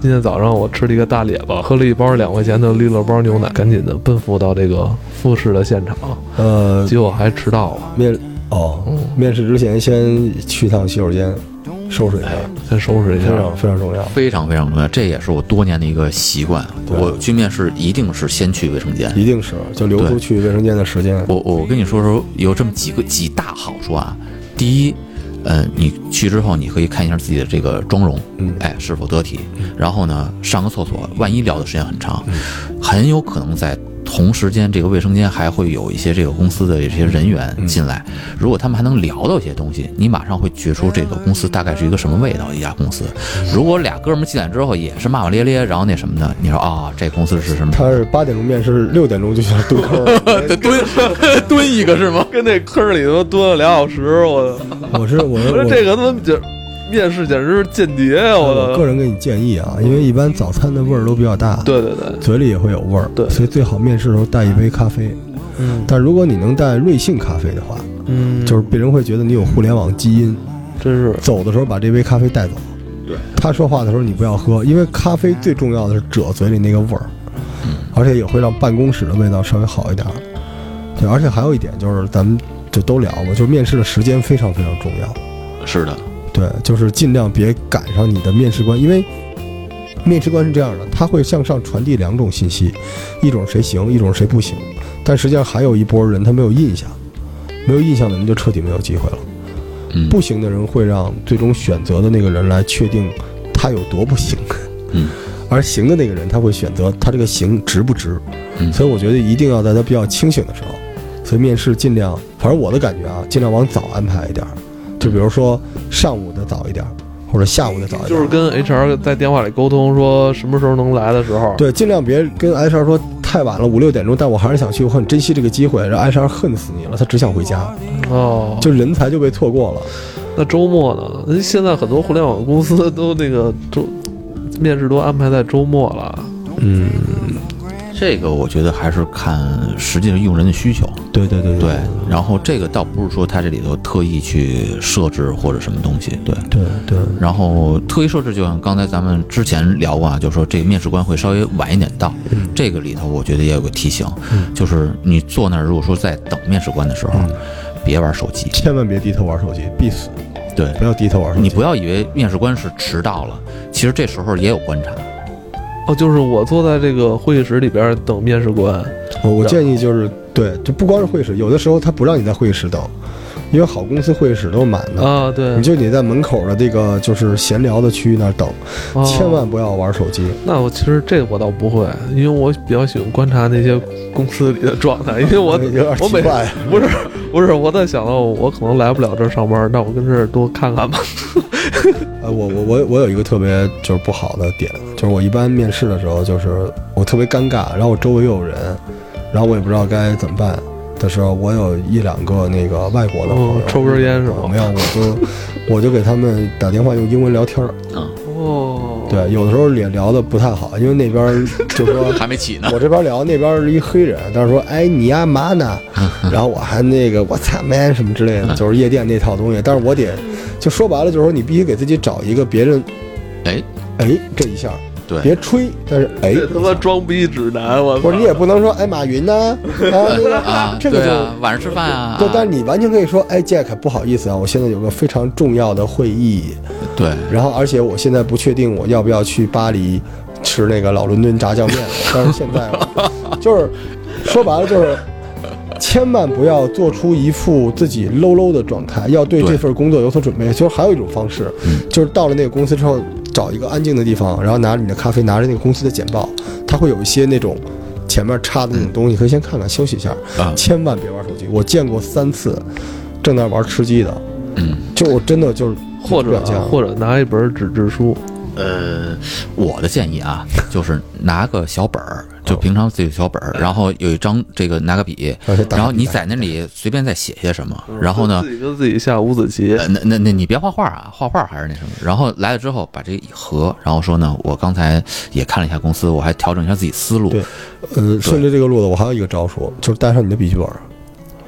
今天早上我吃了一个大列巴，喝了一包2块钱的利乐包牛奶，赶紧的奔赴到这个复试的现场。结果还迟到了。 面试之前先去趟洗手间收拾一下， 先收拾一下， 非常重要， 非常非常重要。这也是我多年的一个习惯。我去面试一定是先去卫生间， 一定是就留出去卫生间的时间。 我跟你说有这么几大好处啊。第一，你去之后你可以看一下自己的这个妆容，是否得体。然后呢，上个厕所，万一聊的时间很长，很有可能在同时间这个卫生间还会有一些这个公司的这些人员进来，如果他们还能聊到一些东西，你马上会觉出这个公司大概是一个什么味道一家公司。如果俩哥们进来之后也是骂骂咧咧，然后那什么的，你说啊，这公司是什么？ 他是8点钟面试，6点钟就想蹲坑， 蹲一个是吗？ 跟那坑里头蹲了2小时，我说这个他妈面试简直是间谍啊！ 我个人给你建议啊，因为一般早餐的味儿都比较大， 对， 嘴里也会有味儿， 对， 所以最好面试的时候带一杯咖啡。但如果你能带瑞幸咖啡的话，就是别人会觉得你有互联网基因， 真是。走的时候把这杯咖啡带走， 对， 他说话的时候你不要喝，因为咖啡最重要的是遮嘴里那个味儿，而且也会让办公室的味道稍微好一点。对，而且还有一点就是咱们就都聊过，就是面试的时间非常非常重要。 是的。 对，就是尽量别赶上你的面试官，因为面试官是这样的，他会向上传递2种信息，一种谁行，一种谁不行。但实际上还有一波人他没有印象，没有印象的人就彻底没有机会了。不行的人会让最终选择的那个人来确定他有多不行，而行的那个人他会选择他这个行值不值。所以我觉得一定要在他比较清醒的时候，所以面试尽量，反正我的感觉啊，尽量往早安排一点。就比如说上午的早一点，或者下午的早一点， 就是跟 HR 在电话里沟通说什么时候能来的时候， 对，尽量别跟 HR 说太晚了5、6点钟，但我还是想去，我很珍惜这个机会，让 HR 恨死你了，他只想回家。就人才就被错过了。 那周末呢？现在很多互联网公司都那个面试都安排在周末了。 这个我觉得还是看实际的用人的需求。 对。 然后这个倒不是说他这里头特意去设置或者什么东西。对。然后特意设置，就像刚才咱们之前聊过啊，就是说这个面试官会稍微晚一点到。这个里头我觉得也有个提醒，就是你坐那儿，如果说在等面试官的时候，别玩手机， 千万别低头玩手机，必死。 对， 不要低头玩手机。 你不要以为面试官是迟到了，其实这时候也有观察。 就是我坐在这个会议室里边等面试官， 我建议就是对，就不光是会议室，有的时候他不让你在会议室等，因为好公司会议室都满的啊。对， 你在门口的这个就是闲聊的区域那儿等，千万不要玩手机。 那我其实这个我倒不会，因为我比较喜欢观察那些公司里的状态，因为我每不是我在想到我可能来不了这儿上班，那我跟这儿多看看吧。 我有一个特别就是不好的点，就是我一般面试的时候，就是我特别尴尬，然后我周围又有人，然后我也不知道该怎么办的时候，我有1、2个那个外国的朋友， 抽根烟是吧？ 没有，我就给他们打电话用英文聊天。对，有的时候也聊得不太好，因为那边就说还没起呢， 我这边聊，那边是一黑人，但是说哎你呀嘛呢，然后我还那个我操 man 什么之类的，就是夜店那套东西，但是我得就说白了就是说你必须给自己找一个别人这一下。 对， 别吹，但是这他妈装逼指南，我不是你也不能说哎马云呢这个就晚上吃饭啊， 对，但是你完全可以说哎 Jack 不好意思啊，我现在有个非常重要的会议， 对， 然后而且我现在不确定我要不要去巴黎吃那个老伦敦炸酱面，但是现在就是说白了就是千万不要做出一副自己 low 的状态，要对这份工作有所准备。就是还有一种方式，就是到了那个公司之后，找一个安静的地方，然后拿着你的咖啡，拿着那个公司的简报，它会有一些那种前面插的那种东西，可以先看看休息一下，千万别玩手机。我见过3次正在玩吃鸡的，就我真的就是或者拿一本纸质书。 我的建议啊，就是拿个小本儿，就平常自己的小本儿，然后有一张这个拿个笔，然后你在那里随便再写些什么，然后呢， 自己跟自己下五子棋。 那你别画画啊，画画还是那什么。然后来了之后把这一合，然后说呢，我刚才也看了一下公司，我还调整一下自己思路。 对，顺着这个路子，我还有一个招数，就是带上你的笔记本。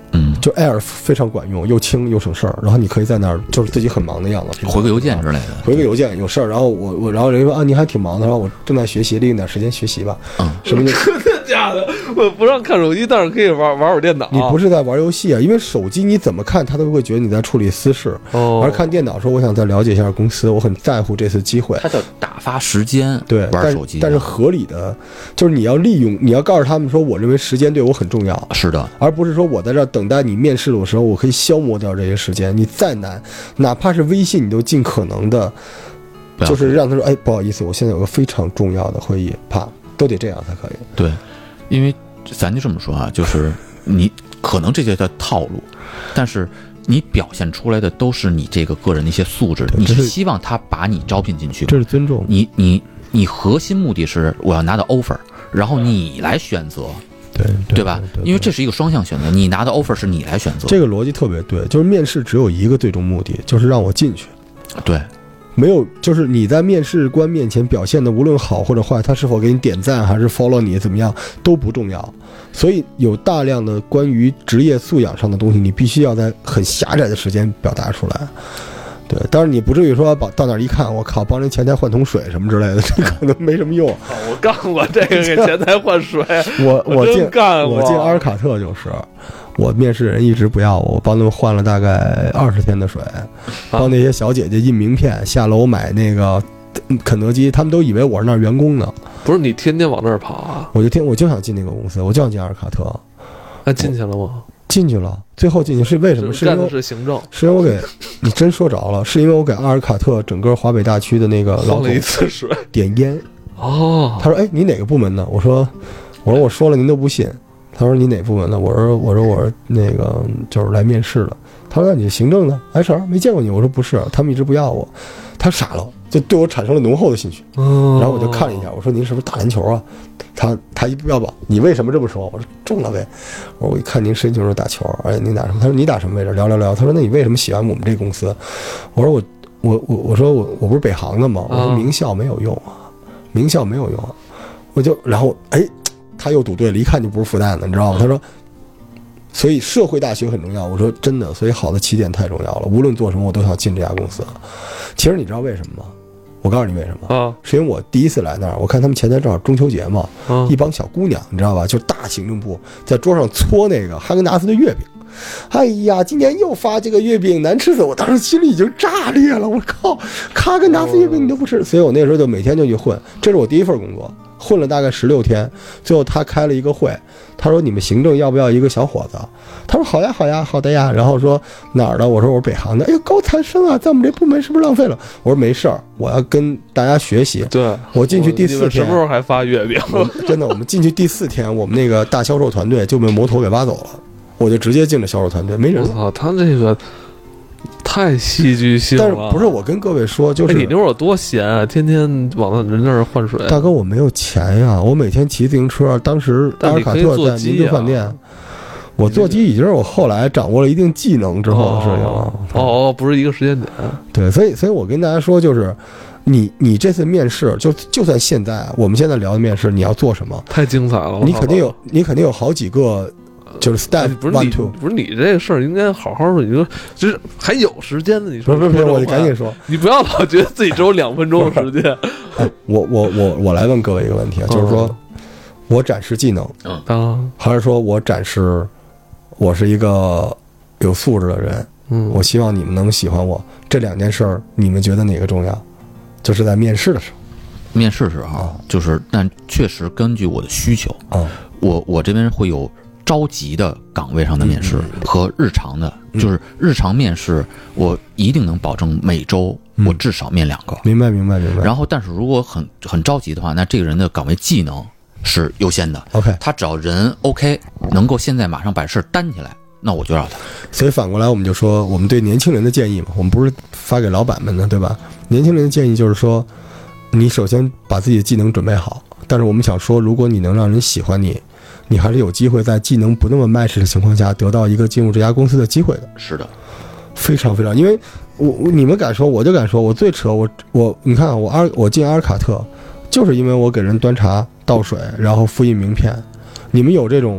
就 Air 非常管用，又轻又省事儿，然后你可以在那儿就是自己很忙的样子， 回个邮件之类的， 回个邮件有事儿，然后然后人说啊你还挺忙的，然后我正在学习，利用点时间学习吧，什么的。 真的假的？我不让看手机，但是可以玩会电脑。 你不是在玩游戏啊？因为手机你怎么看，他都会觉得你在处理私事。而看电脑说，我想再了解一下公司，我很在乎这次机会。 它叫打发时间， 对， 玩手机。 但是合理的，就是你要利用，你要告诉他们说，我认为时间对我很重要。 是的， 而不是说我在这等待你面试的时候，我可以消磨掉这些时间。你再难，哪怕是微信，你都尽可能的，就是让他说，哎，不好意思，我现在有个非常重要的会议，啪，都得这样才可以。 对，因为咱就这么说啊，就是你可能这就叫套路，但是你表现出来的都是你这个个人的一些素质，你是希望他把你招聘进去， 这是尊重。 你核心目的是我要拿到 offer， 然后你来选择。对吧？因为这是一个双向选择，你拿的 offer 是你来选择， 这个逻辑特别对。就是面试只有一个最终目的，就是让我进去。 对， 没有，就是你在面试官面前表现的无论好或者坏，他是否给你点赞还是 follow 你怎么样都不重要。所以有大量的关于职业素养上的东西，你必须要在很狭窄的时间表达出来。对，当然你不至于说到那儿一看，我靠，帮人前台换桶水什么之类的，这可能没什么用。 我干过这个，给前台换水。 我进阿尔卡特就是，我面试人一直不要我帮他们换了大概20天的水，帮那些小姐姐印名片，下楼买那个肯德基，他们都以为我是那儿员工呢。 不是你天天往那儿跑啊？ 我就想进那个公司，我就想进阿尔卡特。 那进去了吗？ 进去了，最后进去是为什么？是因为是行政， 是因为我给你真说着了，是因为我给阿尔卡特整个华北大区的那个老总了一次水点烟。 哦， 他说：“哎，你哪个部门的？”我说我说了您都不信。他说：“你哪部门的？”我说我是那个就是来面试的。他说：“那你是行政的 HR 没见过你。”我说：“不是，他们一直不要我。”他傻了，就对我产生了浓厚的兴趣。然后我就看了一下，我说：“您是不是打篮球啊？”他一不要吧，你为什么这么说？我说中了呗。我说我一看您申请时打球，而且您打什么？他说你打什么位置？聊。他说那你为什么喜欢我们这公司？我说我说我不是北航的吗？我说名校没有用啊，名校没有用啊。我就然后哎，他又赌对了，一看就不是复旦的，你知道吗？他说，所以社会大学很重要。我说真的，所以好的起点太重要了。无论做什么，我都想进这家公司。其实你知道为什么吗？我告诉你为什么啊？是因为我第一次来那儿，我看他们前台正好中秋节嘛，一帮小姑娘，你知道吧？就大行政部在桌上搓那个哈根达斯的月饼。哎呀，今年又发这个月饼，难吃死！我当时心里已经炸裂了。我靠，哈根达斯月饼你都不吃，所以我那时候就每天就去混。这是我第一份工作，混了大概16天。最后他开了一个会，他说你们行政要不要一个小伙子？他说好呀，好的呀。然后说哪儿的？我说我是北航的。哎呦，高材生啊，在我们这部门是不是浪费了？我说没事儿，我要跟大家学习。 对， 我进去第4天， 什么时候还发月饼？ 真的，我们进去第4天，我们那个大销售团队就被摩托给挖走了。我就直接进了销售团队，没人。 我操，他这个太戏剧性了。 但是不是我跟各位说，就是你那会儿有多闲啊，天天往人那儿换水。 大哥，我没有钱呀，我每天骑自行车。当时阿尔卡特在民族饭店，我座机已经是我后来掌握了一定技能之后的事情了。 哦，不是一个时间点。 对，所以我跟大家说，就是你这次面试，就算现在我们现在聊的面试，你要做什么？ 太精彩了！ 你肯定有好几个。就是 step 不是你这个事儿应该好好说，你说就是还有时间呢，你说不是，我就赶紧说， 你不要老觉得自己只有2分钟的时间。 我来问各位一个问题啊，就是说我展示技能还是说我展示我是一个有素质的人？我希望你们能喜欢我。这2件事儿，你们觉得哪个重要？就是在面试的时候。 面试时候就是，但确实根据我的需求我这边会有。着急的岗位上的面试和日常的，就是日常面试，我一定能保证每周我至少面2个。 明白。 然后，但是如果很着急的话，那这个人的岗位技能是优先的。 OK， 他只要人 OK， 能够现在马上把事担起来，那我就要他。 所以反过来，我们就说，我们对年轻人的建议嘛，我们不是发给老板们的，对吧？年轻人的建议就是说，你首先把自己的技能准备好。但是我们想说，如果你能让人喜欢你。你还是有机会在技能不那么match的情况下得到一个进入这家公司的机会的。 是的， 非常，因为你们敢说，我就敢说，我最扯，你看我进阿尔卡特，就是因为我给人端茶倒水，然后复印名片。你们有这种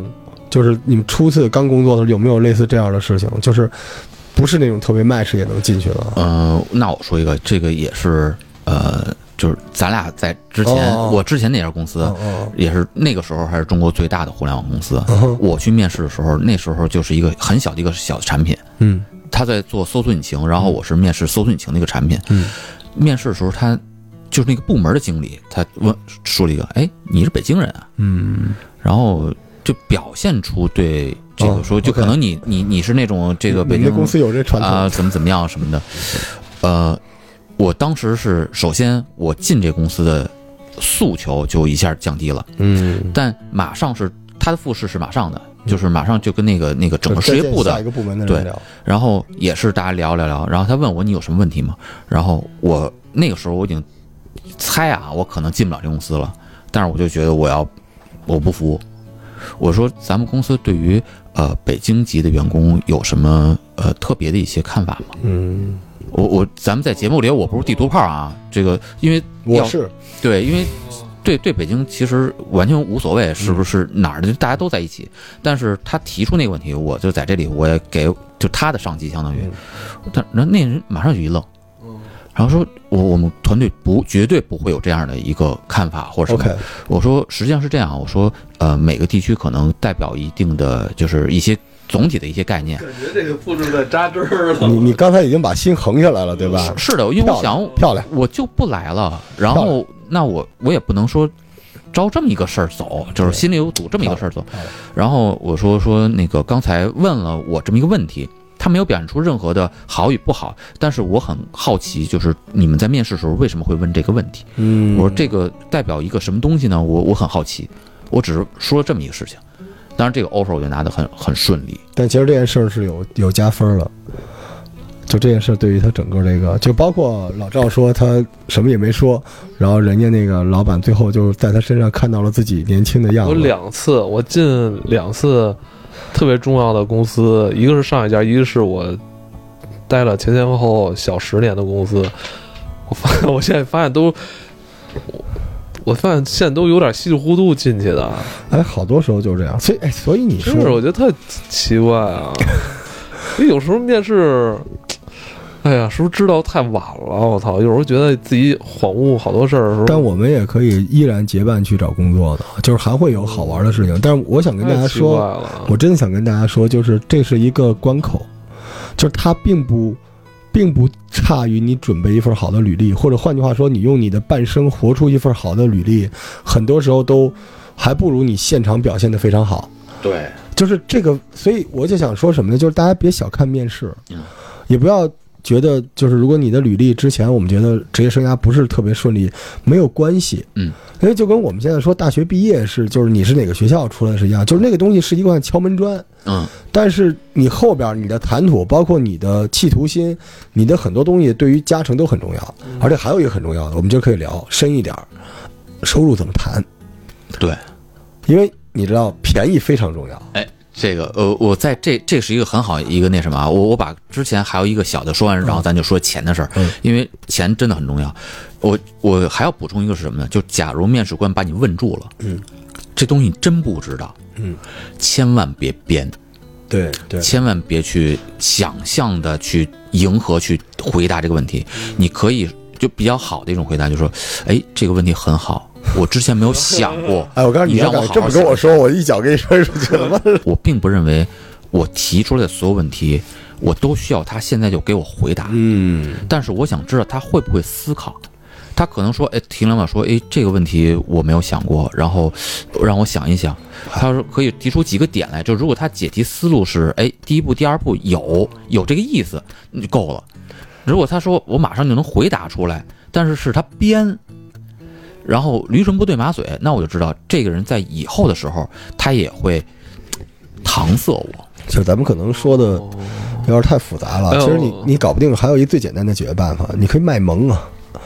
就是你们初次刚工作的时候有没有类似这样的事情？就是不是那种特别match也能进去了。 那我说一个，这个也是就是咱俩在之前，我之前那家公司也是那个时候还是中国最大的互联网公司。我去面试的时候，那时候就是一个很小的一个小的产品。他在做搜索引擎，然后我是面试搜索引擎的一个产品。面试的时候，他就是那个部门的经理，他说了一个，哎，你是北京人啊？然后就表现出对这个说，就可能你是那种这个北京公司有这传统啊，怎么样什么的。我当时是首先我进这公司的诉求就一下降低了。但马上是他的复试是马上的。就是马上就跟那个整个事业部的下一个部门的人聊， 对，然后也是大家聊，然后他问我你有什么问题吗？然后我那个时候我已经猜啊，我可能进不了这公司了，但是我就觉得我不服，我说咱们公司对于北京籍的员工有什么特别的一些看法吗？咱们在节目里我不是地图炮啊，这个因为我是对，因为。对北京其实完全无所谓是不是哪儿的，大家都在一起。但是他提出那个问题，我就在这里我也给就他的上级相当于，但那人马上就一愣，然后说我们团队绝对不会有这样的一个看法或者什么。我说实际上是这样，我说每个地区可能代表一定的就是一些总体的一些概念。 感觉这个复制在扎针了。 你刚才已经把心横下来了，对吧？ 是的，因为我想漂亮， 我就不来了，然后。那我也不能说招这么一个事儿走，就是心里有堵这么一个事儿走。然后我说那个刚才问了我这么一个问题，他没有表现出任何的好与不好，但是我很好奇，就是你们在面试的时候为什么会问这个问题？我说这个代表一个什么东西呢？我很好奇，我只是说了这么一个事情。当然这个 offer 我就拿得很顺利， 但其实这件事是有加分了。就这件事对于他整个这个，就包括老赵说他什么也没说，然后人家那个老板最后就在他身上看到了自己年轻的样子。 我进2次特别重要的公司，一个是上一家，一个是我待了前后小10年的公司。我现在发现我发现现在都有点稀里糊涂进去的。 哎，好多时候就这样。所以你说， 是我觉得特奇怪啊。有时候面试。哎呀，是不是知道太晚了？我操！有时候觉得自己恍惚好多事儿的时候。 但我们也可以依然结伴去找工作的，就是还会有好玩的事情。但是我想跟大家说，我真的想跟大家说，就是这是一个关口，就是它并不差于你准备一份好的履历，或者换句话说，你用你的半生活出一份好的履历，很多时候都还不如你现场表现得非常好。 对， 就是这个，所以我就想说什么呢？就是大家别小看面试，也不要。觉得就是如果你的履历之前我们觉得职业生涯不是特别顺利，没有关系，因为就跟我们现在说大学毕业是就是你是哪个学校出来是一样，就是那个东西是一块敲门砖，但是你后边你的谈吐，包括你的企图心，你的很多东西对于加成都很重要，而且还有一个很重要的，我们就可以聊深一点，收入怎么谈？ 对， 因为你知道便宜非常重要， 这个我在这是一个很好一个那什么啊，我把之前还有一个小的说完，然后咱就说钱的事儿，因为钱真的很重要。我还要补充一个是什么呢？就假如面试官把你问住了，这东西你真不知道，千万别编， 对， 千万别去想象的去迎合去回答这个问题，你可以就比较好的一种回答，就是说，这个问题很好。我之前没有想过， 我告诉你让我好好这么跟我说，我一脚给你摔出去了。 我并不认为我提出来的所有问题，我都需要他现在就给我回答。但是我想知道他会不会思考。他可能说，停两秒说，这个问题我没有想过，然后让我想一想。他说可以提出几个点来，就如果他解题思路是，第一步、第二步有这个意思，就够了。如果他说我马上就能回答出来，但是他编。然后驴唇不对马嘴，那我就知道这个人在以后的时候他也会搪塞我。 就咱们可能说的有点太复杂了，其实你搞不定，还有一最简单的解决办法，你可以卖萌啊。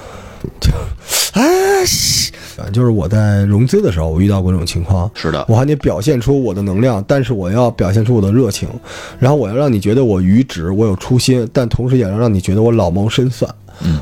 就是我在融资的时候，我遇到过这种情况。 是的， 我还得表现出我的能量，但是我要表现出我的热情，然后我要让你觉得我愚直，我有初心，但同时也要让你觉得我老谋深算。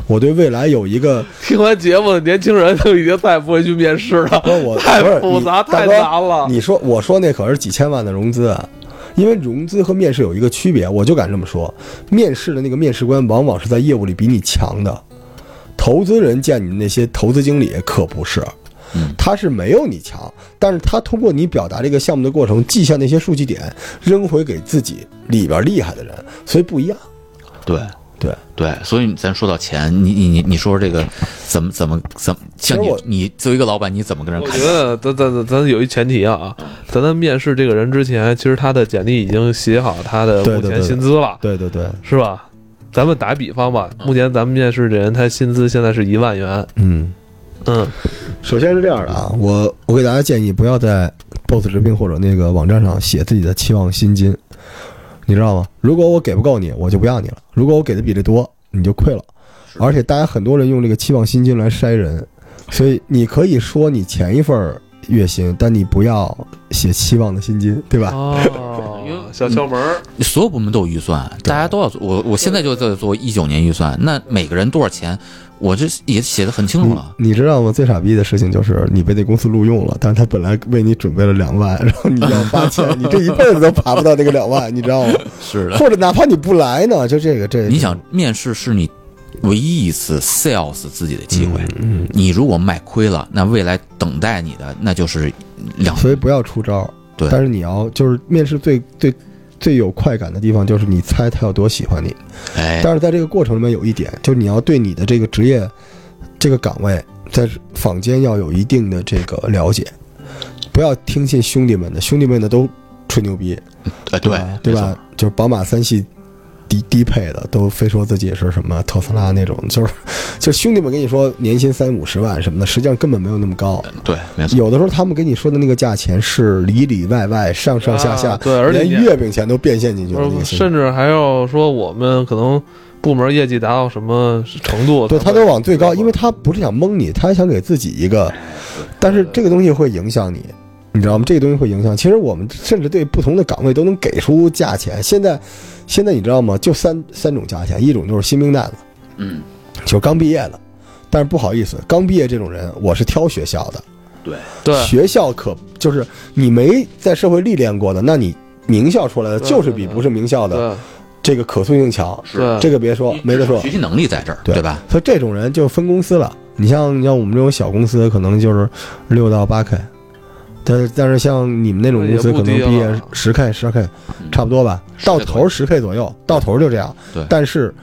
我对未来有一个。 听完节目的年轻人都已经再也不会去面试了，太复杂太难了。 我说那可是几千万的融资啊，因为融资和面试有一个区别，我就敢这么说，面试的那个面试官往往是在业务里比你强的，投资人见你的那些投资经理可不是。他是没有你强，但是他通过你表达这个项目的过程，记下那些数据点，扔回给自己里边厉害的人，所以不一样。 对，所以咱说到钱，你说这个怎么像你作为一个老板，你怎么跟人谈？ 我觉得咱有一前提啊，咱在面试这个人之前，其实他的简历已经写好他的目前薪资了， 对， 是吧？咱们打比方吧，目前咱们面试这人他薪资现在是1万元， 首先是这样的啊，我给大家建议，不要在 Boss 直聘或者那个网站上写自己的期望薪金，你知道吗？如果我给不够你，我就不要你了；如果我给的比这多，你就亏了。而且大家很多人用这个期望薪金来筛人，所以你可以说你前一份月薪，但你不要写期望的薪金，对吧？ 小窍门儿， 所有部门都有预算，大家都要做。我现在就在做19年预算，那每个人多少钱？我这也写得很清楚了。 你知道吗？最傻逼的事情就是你被那公司录用了，但是他本来为你准备了2万，然后你要8000，你这一辈子都爬不到那个2万，你知道吗？ 是的。 或者哪怕你不来呢，就这个。 你想，面试是你唯一一次 sales 自己的机会。你如果卖亏了，那未来等待你的那就是所以不要出招。 对。 但是你要就是面试最有快感的地方就是你猜他有多喜欢你，但是在这个过程里面有一点，就是你要对你的这个职业这个岗位在坊间要有一定的这个了解，不要听信兄弟们的都吹牛逼，对吧？就是宝马3系低配的都非说自己是什么特斯拉那种，就兄弟们跟你说年薪30-50万什么的，实际上根本没有那么高。 对，没错。 有的时候他们跟你说的那个价钱是里里外外上下， 对，而且连月饼钱都变现进去了， 甚至还要说我们可能部门业绩达到什么程度， 对，他都往最高，因为他不是想蒙你，他还想给自己一个，但是这个东西会影响你。你知道吗？这个东西会影响。其实我们甚至对不同的岗位都能给出价钱。现在你知道吗？就三种价钱，一种就是新兵蛋子，就是刚毕业的。但是不好意思，刚毕业这种人，我是挑学校的。 对， 学校就是你没在社会历练过的，那你名校出来的就是比不是名校的这个可塑性强。 是这个别说，没得说， 学习能力在这儿，对吧？ 所以这种人就分公司了。你像我们这种小公司，可能就是6到8K。但是像你们那种公司，可能毕业10K、12K，差不多吧，到头10K 左右，到头就这样。 对。 但是，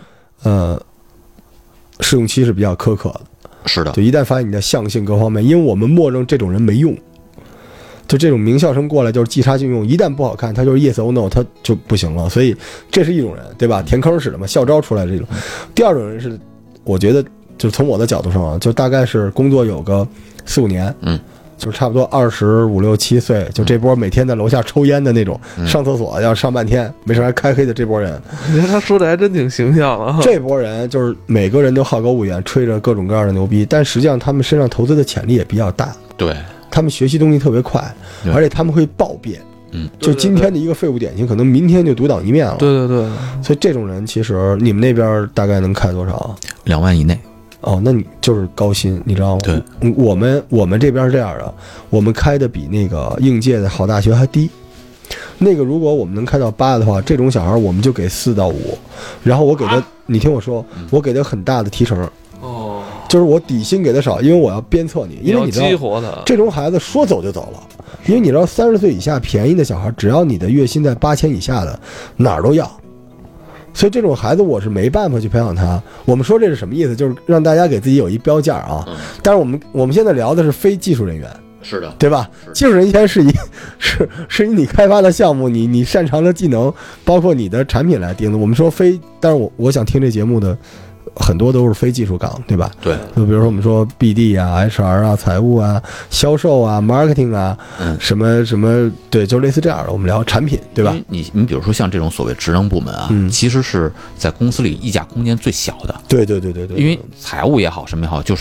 试用期是比较苛刻的。 是的。 就一旦发现你的象性各方面，因为我们默认这种人没用，就这种名校生过来就是即插即用，一旦不好看，他就是 yes or no， 他就不行了。所以这是一种人，对吧？填坑似的嘛，校招出来的这种。第二种人是，我觉得就是从我的角度上啊，就大概是工作有个4-5年，就是差不多25、6、7岁，就这波每天在楼下抽烟的那种，上厕所要上半天，没事还开黑的这波人。 你看他说的还真挺形象的。 这波人就是每个人都好高骛远，吹着各种各样的牛逼，但实际上他们身上投资的潜力也比较大。 对， 他们学习东西特别快，而且他们会暴变。就今天的一个废物典型，可能明天就独当一面了。 对。 所以这种人其实你们那边大概能开多少 ？2万以内。 哦，那你就是高薪，你知道吗？ 对， 我们这边是这样的，我们开的比那个应届的好大学还低。那个如果我们能开到8的话，这种小孩我们就给4到5，然后我给他，你听我说，我给他很大的提成。 哦， 就是我底薪给他少，因为我要鞭策你，因为你知道激活他这种孩子说走就走了，因为你知道30岁以下便宜的小孩，只要你的月薪在8000以下的，哪儿都要。所以这种孩子我是没办法去培养他。我们说这是什么意思？就是让大家给自己有一标价啊。但是我们现在聊的是非技术人员， 是的， 对吧？技术人员是以你开发的项目，你擅长的技能，包括你的产品来定的。我们说非，但是我想听这节目的很多都是非技术岗，对吧？ 对。 就比如说我们说 BD 啊、HR 啊、财务啊、销售啊、marketing 啊，什么，对，就类似这样的。我们聊产品，对吧？ 你比如说像这种所谓职能部门啊，其实是在公司里溢价空间最小的。 对。 因为财务也好，什么也好，就是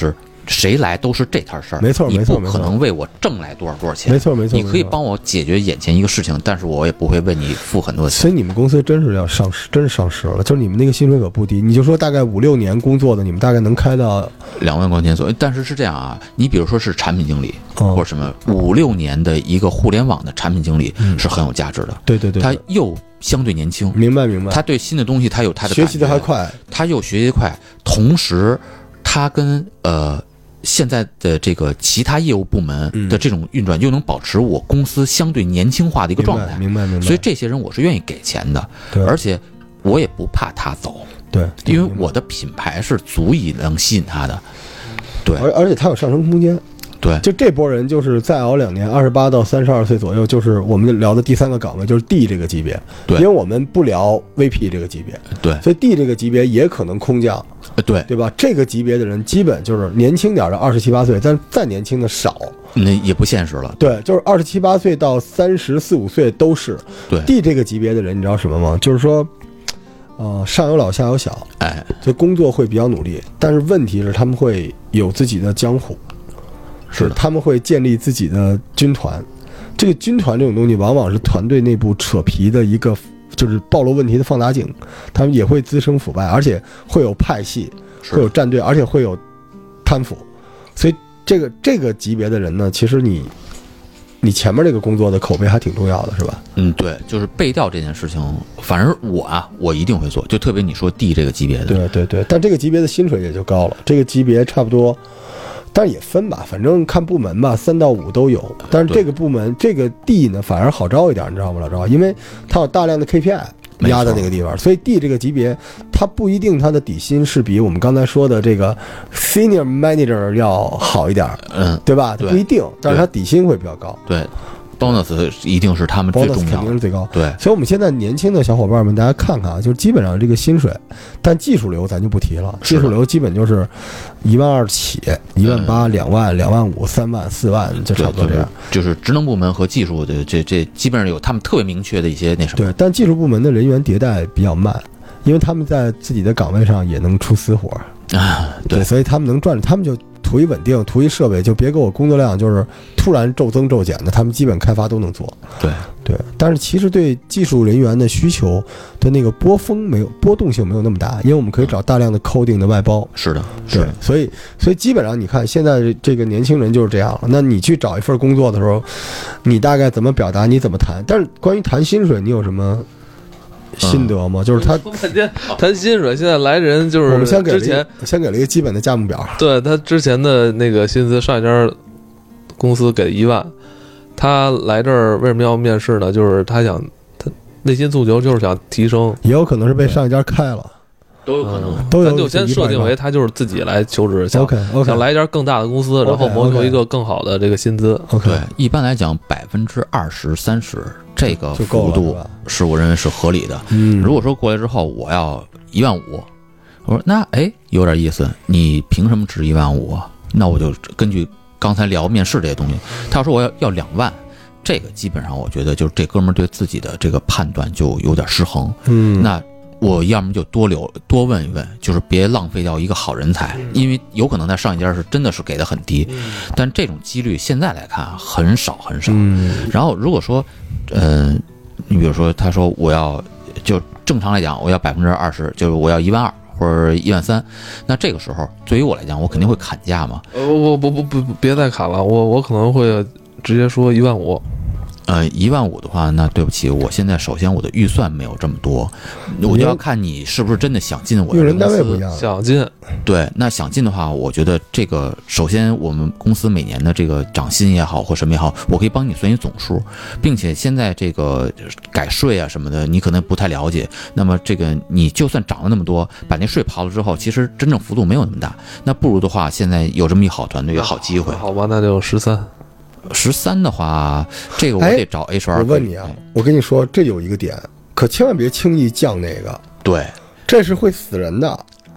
谁来都是这摊事儿， 没错， 你没错， 不可能为我挣来多少钱， 没错，没错， 你可以帮我解决眼前一个事情，但是我也不会为你付很多钱。 所以你们公司真是要上市，真是上市了，就是你们那个薪水可不低，你就说大概5、6年工作的，你们大概能开到 2万块钱左右。但是是这样啊，你比如说是产品经理、 或者什么5、6年的一个互联网的产品经理是很有价值的， 对对对， 他又相对年轻， 明白明白， 他对新的东西他有他的学习的还快， 他又学习快，同时他跟现在的这个其他业务部门的这种运转，又能保持我公司相对年轻化的一个状态， 明白明白。 所以这些人我是愿意给钱的，而且我也不怕他走， 对， 因为我的品牌是足以能吸引他的，对， 而且他有上升空间。 对， 就这波人就是再熬2年，28到32岁左右，就是我们聊的第3个岗位，就是 D 这个级别。 对， 因为我们不聊 VP 这个级别， 对， 所以 D 这个级别也可能空降， 对吧？这个级别的人基本就是年轻点的27、8岁，但再年轻的少， 那也不现实了。 对，就是27、8岁到34、5岁都是。 对 ，D 这个级别的人，你知道什么吗？就是说，上有老下有小， 哎， 所以工作会比较努力，但是问题是他们会有自己的江湖。 是的， 他们会建立自己的军团，这个军团这种东西往往是团队内部扯皮的一个，就是暴露问题的放大镜。他们也会滋生腐败，而且会有派系，会有战队，而且会有贪腐。所以这个级别的人呢，其实你前面这个工作的口碑还挺重要的，是吧？ 对，就是背调这件事情，反正我一定会做，就特别你说 D 这个级别的， 对，但这个级别的薪水也就高了，这个级别差不多。但是也分吧，反正看部门吧，3到5都有。但是这个部门这个 D 呢，反而好招一点，你知道吗，老赵？因为它有大量的 KPI 压在那个地方，所以 D 这个级别，它不一定它的底薪是比我们刚才说的这个 Senior Manager 要好一点，对吧？不一定，但是它底薪会比较高。 对。bonus 一定是他们最重要的， bonus 肯定是最高。 对， 所以我们现在年轻的小伙伴们，大家看看啊，就是基本上这个薪水，但技术流咱就不提了，技术流基本就是12000起，18000、2万、2万5、3万、4万，就差不多这样。 就是职能部门和技术的这基本上有他们特别明确的一些那什么。 对，但技术部门的人员迭代比较慢，因为他们在自己的岗位上也能出私活啊， 对，所以他们能赚，他们就图一稳定，图一设备，就别给我工作量就是突然骤增骤减的，他们基本开发都能做。对，但是其实对技术人员的需求的那个波动性没有那么大，因为我们可以找大量的 coding 的外包。 是的， 对，所以基本上你看现在这个年轻人就是这样了。那你去找一份工作的时候，你大概怎么表达，你怎么谈？但是关于谈薪水，你有什么心得吗？就是他谈薪水，现在来人就是我们先给了一个基本的价目表。 对，他之前的那个薪资，上一家公司给1万，他来这儿为什么要面试呢？就是他内心诉求就是想提升， 也有可能是被上一家开了， 都有可能。 咱就先设定为他就是自己来求职，想来一家更大的公司，然后谋求一个更好的这个薪资。 对，一般来讲20%、30%这个幅度是我认为是合理的。如果说过来之后我要15000，我说那有点意思，你凭什么值15000？那我就根据刚才聊面试这些东西，他要说我要2万。这个基本上我觉得就是这哥们儿对自己的这个判断就有点失衡。那我要么就多问一问，就是别浪费掉一个好人才，因为有可能在上一家是真的是给的很低，但这种几率现在来看很少很少。然后如果说你比如说他说我要就正常来讲我要20%，就是我要12000或者13000，那这个时候对于我来讲我肯定会砍价嘛。 我别再砍了，我可能会直接说15000。 15000的话，那对不起，我现在首先我的预算没有这么多，我就要看你是不是真的想进我的公司。 用人单位不一样， 想进。 对，那想进的话，我觉得这个首先我们公司每年的这个涨薪也好或什么也好，我可以帮你算一总数，并且现在这个改税啊什么的，你可能不太了解。那么这个你就算涨了那么多，把那税刨了之后，其实真正幅度没有那么大。那不如的话，现在有这么一好团队，有好机会。 好吧，那就13 的话，这个我得找 HR。 我问你啊，我跟你说，这有一个点，可千万别轻易降那个。 对， 这是会死人的。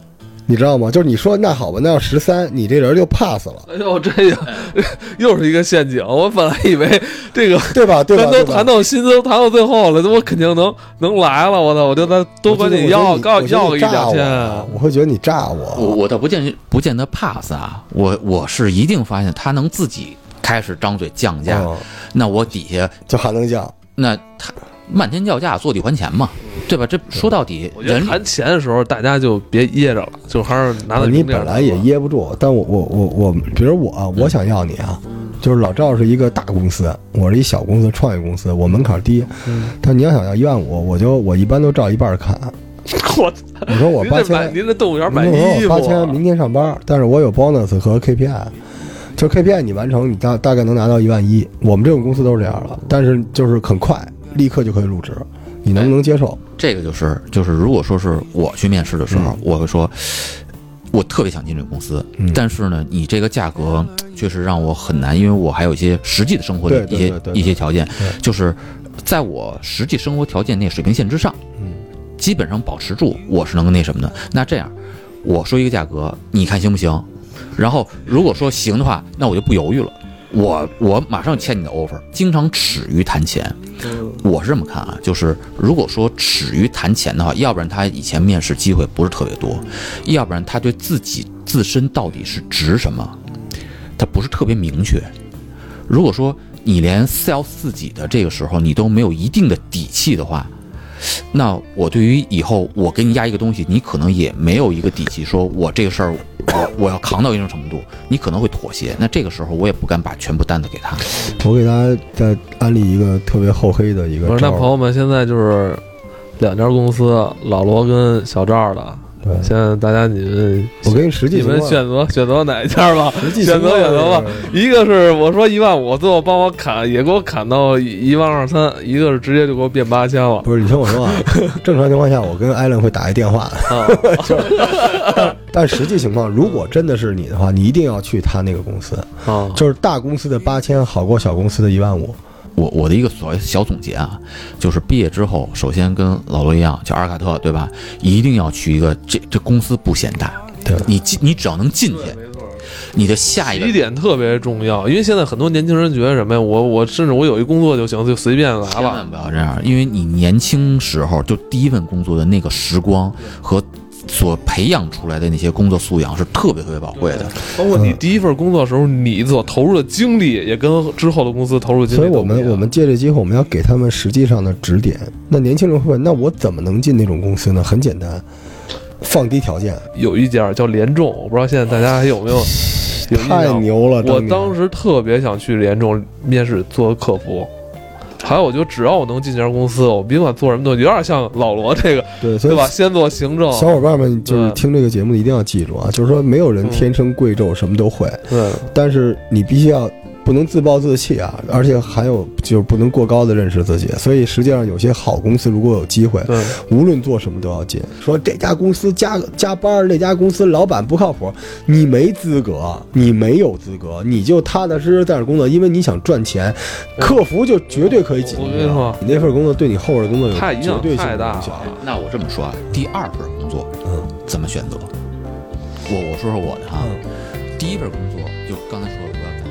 你知道吗？就是你说那好吧，那要13，你这人就 pass 了。 哎呦，这又是一个陷阱。我本来以为这个对吧？ 咱都谈到薪资，谈到最后了，我肯定能来了。我操，我就再多管你要个1-2千。 我会觉得你炸我。 我倒不见得 pass 啊，我是一定发现他能自己开始张嘴降价，那我底下就还能降， 那他漫天叫价，坐地还钱嘛。对吧？这说到底，人谈钱的时候，大家就别掖着了，就还是拿到你本来也掖不住，但我，比如我想要你啊，就是老赵是一个大公司，我是一小公司创业公司，我门槛低，但你要想要15000，我一般都照一半看。我说我8000， 您这动物园买衣服 ，8000明天上班，但是我有 bonus 和 KPI， 就 KPI 你完成，你大概能拿到11000。我们这种公司都是这样的，但是就是很快，立刻就可以入职。你能不能接受？ 这个就是，如果说是我去面试的时候，我会说，我特别想进这个公司，但是呢，你这个价格确实让我很难，因为我还有一些实际的生活的一些条件，就是在我实际生活条件那水平线之上，基本上保持住，我是能那什么的。那这样，我说一个价格，你看行不行？然后如果说行的话，那我就不犹豫了。我马上签你的 offer。经常耻于谈钱，我是这么看啊，就是如果说耻于谈钱的话，要不然他以前面试机会不是特别多，要不然他对自身到底是值什么，他不是特别明确。如果说你连 sell 自己的这个时候你都没有一定的底气的话，那我对于以后我给你压一个东西，你可能也没有一个底气，说我这个事儿我要扛到一定程度，你可能会妥协。那这个时候我也不敢把全部担子给他。 我给大家再安利一个特别厚黑的一个招。 那朋友们现在就是2家公司，老罗跟小赵的。对，现在大家我给你实际你们选择哪一家吧？选择吧。一个是我说15000，最后帮我砍，也给我砍到12300，一个是直接就给我变8000了。 不是，你听我说啊，正常情况下我跟艾伦会打一电话的。但实际情况，如果真的是你的话，你一定要去他那个公司就是大公司的8000好过小公司的15000。 我的一个所谓小总结啊，就是毕业之后，首先跟老罗一样，叫阿尔卡特，对吧？一定要去一个这公司不嫌大， 对， 你只要能进去，你的下一个起点特别重要。因为现在很多年轻人觉得什么呀？我甚至我有一工作就行，就随便来了。 千万不要这样，因为你年轻时候就第一份工作的那个时光和所培养出来的那些工作素养是特别特别宝贵的， 包括你第一份工作的时候，你所投入的精力也跟之后的公司投入的精力。 所以我们借这机会，我们要给他们实际上的指点。那年轻人会问，那我怎么能进那种公司呢？很简单，放低条件。 有一家叫联众，我不知道现在大家还有没有太牛了！ 我当时特别想去联众面试做客服。还有，我觉得只要我能进这家公司，我别管做什么都有点像老罗这个，对吧？先做行政。 小伙伴们就是听这个节目的一定要记住啊，就是说没有人天生贵胄什么都会， 对。 但是你必须要不能自暴自弃啊，而且还有就是不能过高的认识自己。所以实际上有些好公司如果有机会，无论做什么都要进。说这家公司加班，那家公司老板不靠谱，你没资格，你没有资格，你就踏踏实实在这工作，因为你想赚钱，客服就绝对可以紧密。你那份工作对你后边的工作有绝对性的影响。 那我这么说啊，第二份工作，怎么选择？我说说我的哈，第一份工作就刚才说的，我要